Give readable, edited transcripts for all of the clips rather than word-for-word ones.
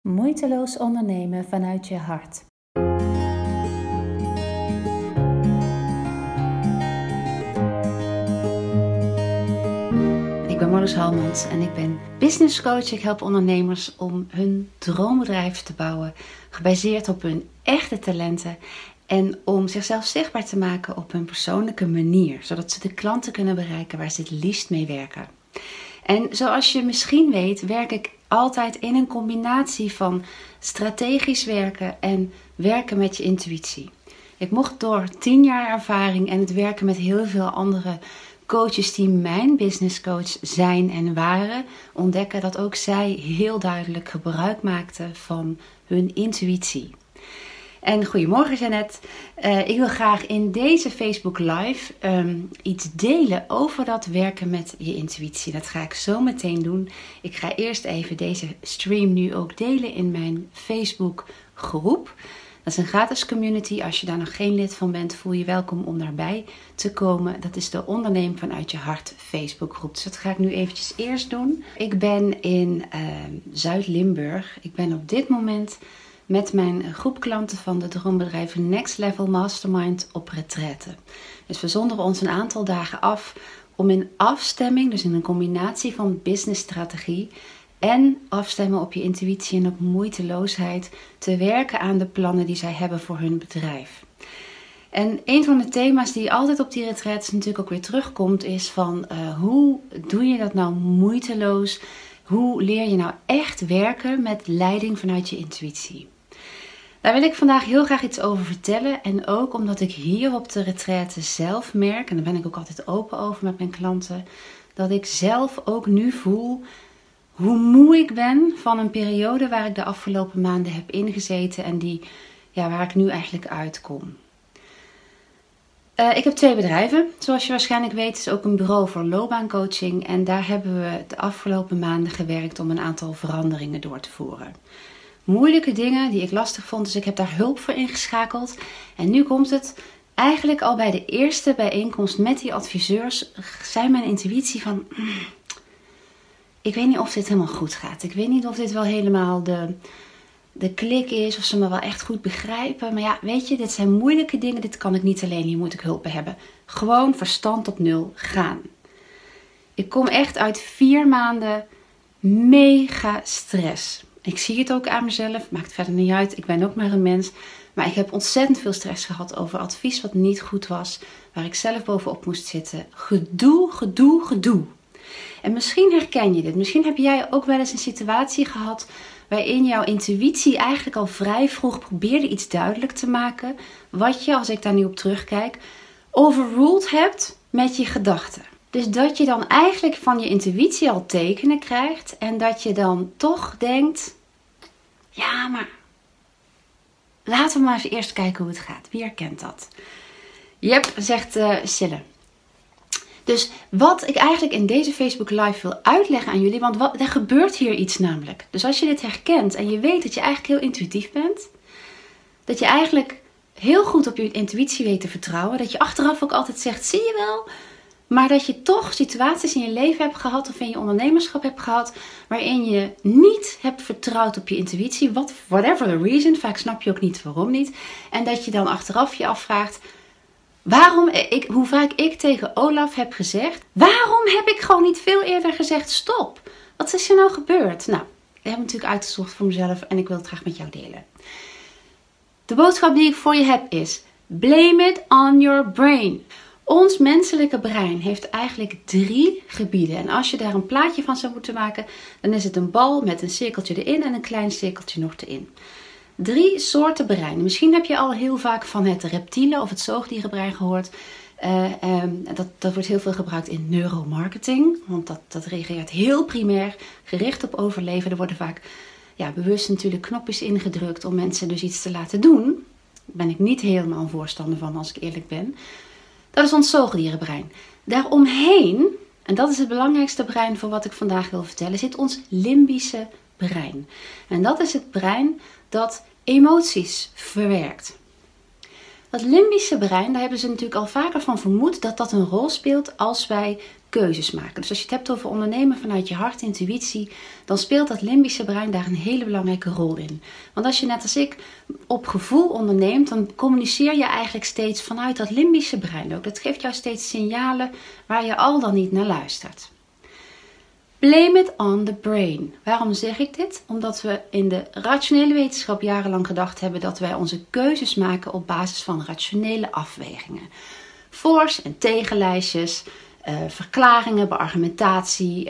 Moeiteloos ondernemen vanuit je hart. Ik ben Marloes Halmans en ik ben business coach. Ik help ondernemers om hun droombedrijf te bouwen, gebaseerd op hun echte talenten en om zichzelf zichtbaar te maken op hun persoonlijke manier, zodat ze de klanten kunnen bereiken waar ze het liefst mee werken. En zoals je misschien weet, werk ik altijd in een combinatie van strategisch werken en werken met je intuïtie. Ik mocht door 10 jaar ervaring en het werken met heel veel andere coaches die mijn business coach zijn en waren, ontdekken dat ook zij heel duidelijk gebruik maakten van hun intuïtie. En goedemorgen Jeannette. Ik wil graag in deze Facebook Live iets delen over dat werken met je intuïtie. Dat ga ik zo meteen doen. Ik ga eerst even deze stream nu ook delen in mijn Facebook groep. Dat is een gratis community. Als je daar nog geen lid van bent, voel je welkom om daarbij te komen. Dat is de Onderneem vanuit je hart Facebook groep. Dus dat ga ik nu eventjes eerst doen. Ik ben in Zuid-Limburg. Ik ben op dit moment met mijn groep klanten van de droombedrijf Next Level Mastermind op retraite. Dus we zonderen ons een aantal dagen af om in afstemming, dus in een combinatie van businessstrategie en afstemmen op je intuïtie en op moeiteloosheid, te werken aan de plannen die zij hebben voor hun bedrijf. En een van de thema's die altijd op die retraites natuurlijk ook weer terugkomt is van hoe doe je dat nou moeiteloos? Hoe leer je nou echt werken met leiding vanuit je intuïtie? Daar wil ik vandaag heel graag iets over vertellen. En ook omdat ik hier op de retraite zelf merk, en daar ben ik ook altijd open over met mijn klanten, dat ik zelf ook nu voel hoe moe ik ben van een periode waar ik de afgelopen maanden heb ingezeten en waar ik nu eigenlijk uitkom. Ik heb 2 bedrijven. Zoals je waarschijnlijk weet is ook een bureau voor loopbaancoaching. En daar hebben we de afgelopen maanden gewerkt om een aantal veranderingen door te voeren. Moeilijke dingen die ik lastig vond, dus ik heb daar hulp voor ingeschakeld. En nu komt het. Eigenlijk al bij de eerste bijeenkomst met die adviseurs zei mijn intuïtie van ik weet niet of dit helemaal goed gaat. Ik weet niet of dit wel helemaal de klik is, of ze me wel echt goed begrijpen. Maar ja, weet je, dit zijn moeilijke dingen. Dit kan ik niet alleen, hier moet ik hulp bij hebben. Gewoon verstand op 0 gaan. Ik kom echt uit 4 maanden mega stress. Ik zie het ook aan mezelf, maakt verder niet uit. Ik ben ook maar een mens. Maar ik heb ontzettend veel stress gehad over advies wat niet goed was. Waar ik zelf bovenop moest zitten. Gedoe. En misschien herken je dit. Misschien heb jij ook wel eens een situatie gehad waarin jouw intuïtie eigenlijk al vrij vroeg probeerde iets duidelijk te maken. Wat je, als ik daar nu op terugkijk, overruled hebt met je gedachten. Dus dat je dan eigenlijk van je intuïtie al tekenen krijgt. En dat je dan toch denkt, ja maar laten we maar eens eerst kijken hoe het gaat. Wie herkent dat? Yep, zegt Sille. Dus wat ik eigenlijk in deze Facebook Live wil uitleggen aan jullie, want er gebeurt hier iets namelijk. Dus als je dit herkent en je weet dat je eigenlijk heel intuïtief bent, dat je eigenlijk heel goed op je intuïtie weet te vertrouwen, dat je achteraf ook altijd zegt, zie je wel, maar dat je toch situaties in je leven hebt gehad of in je ondernemerschap hebt gehad, waarin je niet hebt vertrouwd op je intuïtie, whatever the reason, vaak snap je ook niet waarom niet, en dat je dan achteraf je afvraagt, hoe vaak ik tegen Olaf heb gezegd, waarom heb ik gewoon niet veel eerder gezegd stop? Wat is er nou gebeurd? Nou, ik heb het natuurlijk uitgezocht voor mezelf en ik wil het graag met jou delen. De boodschap die ik voor je heb is, blame it on your brain. Ons menselijke brein heeft eigenlijk 3 gebieden. En als je daar een plaatje van zou moeten maken, dan is het een bal met een cirkeltje erin en een klein cirkeltje nog erin. 3 soorten brein. Misschien heb je al heel vaak van het reptiele of het zoogdierenbrein gehoord. Dat wordt heel veel gebruikt in neuromarketing. Want dat reageert heel primair, gericht op overleven. Er worden vaak bewust natuurlijk knopjes ingedrukt om mensen dus iets te laten doen. Daar ben ik niet helemaal een voorstander van als ik eerlijk ben. Dat is ons zoogdierenbrein. Daaromheen, en dat is het belangrijkste brein voor wat ik vandaag wil vertellen, zit ons limbische brein. En dat is het brein dat emoties verwerkt. Dat limbische brein, daar hebben ze natuurlijk al vaker van vermoed dat dat een rol speelt als wij keuzes maken. Dus als je het hebt over ondernemen vanuit je hart, intuïtie, dan speelt dat limbische brein daar een hele belangrijke rol in. Want als je net als ik op gevoel onderneemt, dan communiceer je eigenlijk steeds vanuit dat limbische brein ook. Dat geeft jou steeds signalen waar je al dan niet naar luistert. Blame it on the brain. Waarom zeg ik dit? Omdat we in de rationele wetenschap jarenlang gedacht hebben dat wij onze keuzes maken op basis van rationele afwegingen. Voor's en tegenlijstjes, verklaringen, beargumentatie,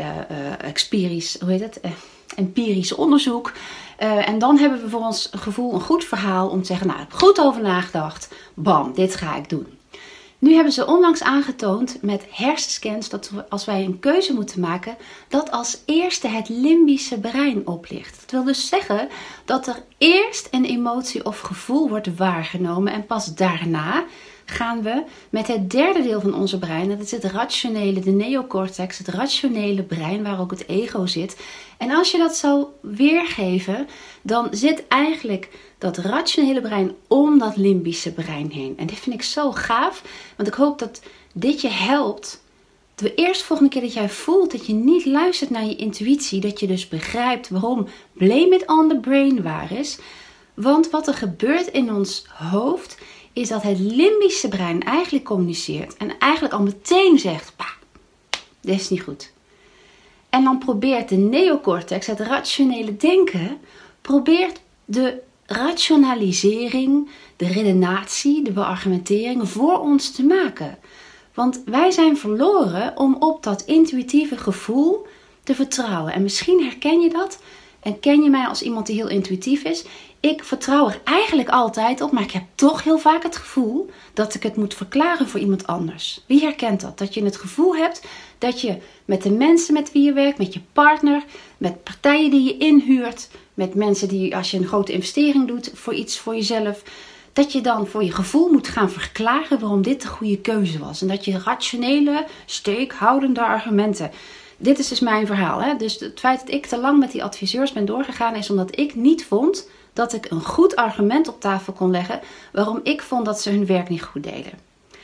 empirisch onderzoek. En dan hebben we voor ons gevoel een goed verhaal om te zeggen, nou, ik heb goed over nagedacht, bam, dit ga ik doen. Nu hebben ze onlangs aangetoond met hersenscans dat als wij een keuze moeten maken, dat als eerste het limbische brein oplicht. Dat wil dus zeggen dat er eerst een emotie of gevoel wordt waargenomen en pas daarna gaan we met het derde deel van onze brein, dat is het rationele, de neocortex, het rationele brein waar ook het ego zit. En als je dat zou weergeven, dan zit eigenlijk dat rationele brein om dat limbische brein heen. En dit vind ik zo gaaf, want ik hoop dat dit je helpt. De eerste volgende keer dat jij voelt dat je niet luistert naar je intuïtie, dat je dus begrijpt waarom blame it on the brain waar is. Want wat er gebeurt in ons hoofd, is dat het limbische brein eigenlijk communiceert en eigenlijk al meteen zegt, bah, dit is niet goed. En dan probeert de neocortex, het rationele denken, probeert de rationalisering, de redenatie, de beargumentering voor ons te maken. Want wij zijn verloren om op dat intuïtieve gevoel te vertrouwen. En misschien herken je dat en ken je mij als iemand die heel intuïtief is. Ik vertrouw er eigenlijk altijd op, maar ik heb toch heel vaak het gevoel dat ik het moet verklaren voor iemand anders. Wie herkent dat? Dat je het gevoel hebt dat je met de mensen met wie je werkt, met je partner, met partijen die je inhuurt, met mensen die, als je een grote investering doet voor iets voor jezelf, dat je dan voor je gevoel moet gaan verklaren waarom dit de goede keuze was. En dat je rationele, steekhoudende argumenten. Dit is dus mijn verhaal. Hè? Dus het feit dat ik te lang met die adviseurs ben doorgegaan is omdat ik niet vond dat ik een goed argument op tafel kon leggen waarom ik vond dat ze hun werk niet goed deden.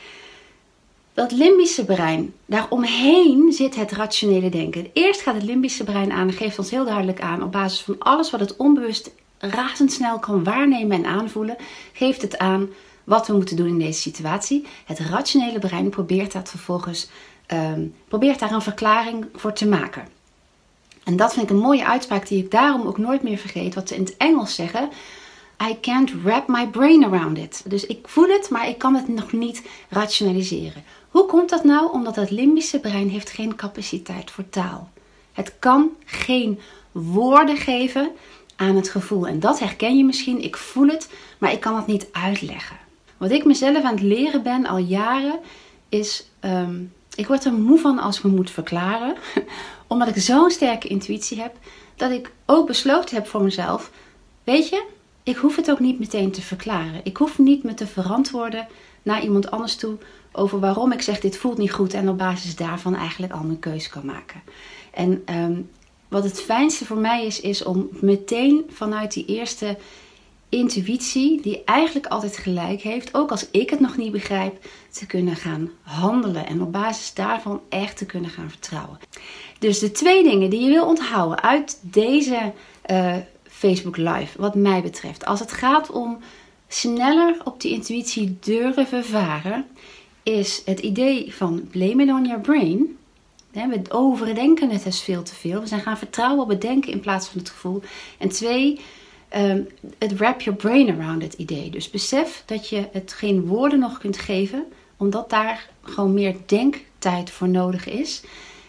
Dat limbische brein, daaromheen zit het rationele denken. Eerst gaat het limbische brein aan en geeft ons heel duidelijk aan op basis van alles wat het onbewust razendsnel kan waarnemen en aanvoelen, geeft het aan wat we moeten doen in deze situatie. Het rationele brein probeert dat vervolgens probeert daar een verklaring voor te maken. En dat vind ik een mooie uitspraak die ik daarom ook nooit meer vergeet. Wat ze in het Engels zeggen, I can't wrap my brain around it. Dus ik voel het, maar ik kan het nog niet rationaliseren. Hoe komt dat nou? Omdat het limbische brein heeft geen capaciteit voor taal. Het kan geen woorden geven aan het gevoel. En dat herken je misschien. Ik voel het, maar ik kan het niet uitleggen. Wat ik mezelf aan het leren ben al jaren is, ik word er moe van als ik me moet verklaren. Omdat ik zo'n sterke intuïtie heb, dat ik ook besloten heb voor mezelf, weet je, ik hoef het ook niet meteen te verklaren. Ik hoef niet me te verantwoorden naar iemand anders toe over waarom ik zeg dit voelt niet goed en op basis daarvan eigenlijk al mijn keuze kan maken. En wat het fijnste voor mij is om meteen vanuit die eerste intuïtie, die eigenlijk altijd gelijk heeft, ook als ik het nog niet begrijp, te kunnen gaan handelen en op basis daarvan echt te kunnen gaan vertrouwen. Dus de 2 dingen die je wil onthouden uit deze Facebook Live, wat mij betreft, als het gaat om sneller op die intuïtie durven varen, is het idee van blame it on your brain. We overdenken het dus veel te veel. We zijn gaan vertrouwen op het denken in plaats van het gevoel. En 2, het wrap your brain around het idee. Dus besef dat je het geen woorden nog kunt geven, omdat daar gewoon meer denktijd voor nodig is.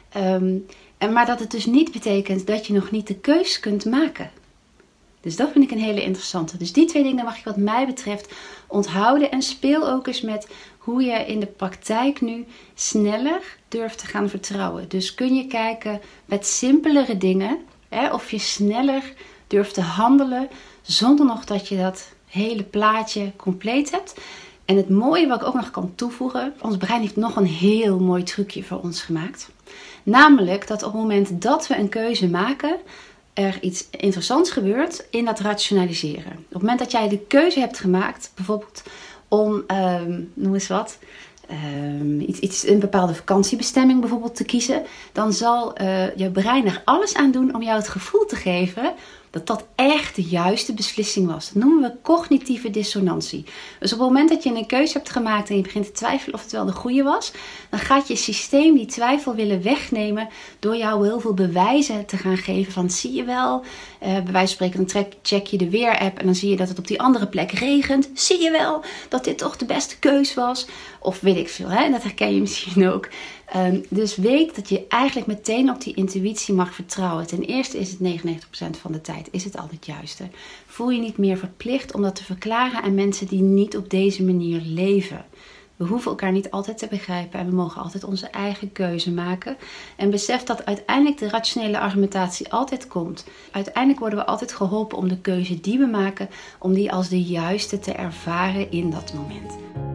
Maar dat het dus niet betekent dat je nog niet de keus kunt maken. Dus dat vind ik een hele interessante. Dus die 2 dingen mag je wat mij betreft onthouden. En speel ook eens met hoe je in de praktijk nu sneller durft te gaan vertrouwen. Dus kun je kijken met simpelere dingen, of je sneller durft te handelen zonder nog dat je dat hele plaatje compleet hebt. En het mooie wat ik ook nog kan toevoegen, ons brein heeft nog een heel mooi trucje voor ons gemaakt. Namelijk dat op het moment dat we een keuze maken, er iets interessants gebeurt in dat rationaliseren. Op het moment dat jij de keuze hebt gemaakt, bijvoorbeeld om, noem eens wat, een bepaalde vakantiebestemming bijvoorbeeld te kiezen, dan zal je brein er alles aan doen om jou het gevoel te geven dat dat echt de juiste beslissing was. Dat noemen we cognitieve dissonantie. Dus op het moment dat je een keuze hebt gemaakt en je begint te twijfelen of het wel de goede was, dan gaat je systeem die twijfel willen wegnemen door jou heel veel bewijzen te gaan geven van zie je wel, bij wijze van spreken dan check je de weerapp en dan zie je dat het op die andere plek regent. Zie je wel dat dit toch de beste keus was? Of weet ik veel, hè? Dat herken je misschien ook. Dus weet dat je eigenlijk meteen op die intuïtie mag vertrouwen. Ten eerste is het 99% van de tijd is het altijd het juiste. Voel je niet meer verplicht om dat te verklaren aan mensen die niet op deze manier leven. We hoeven elkaar niet altijd te begrijpen en we mogen altijd onze eigen keuze maken. En besef dat uiteindelijk de rationele argumentatie altijd komt. Uiteindelijk worden we altijd geholpen om de keuze die we maken, om die als de juiste te ervaren in dat moment.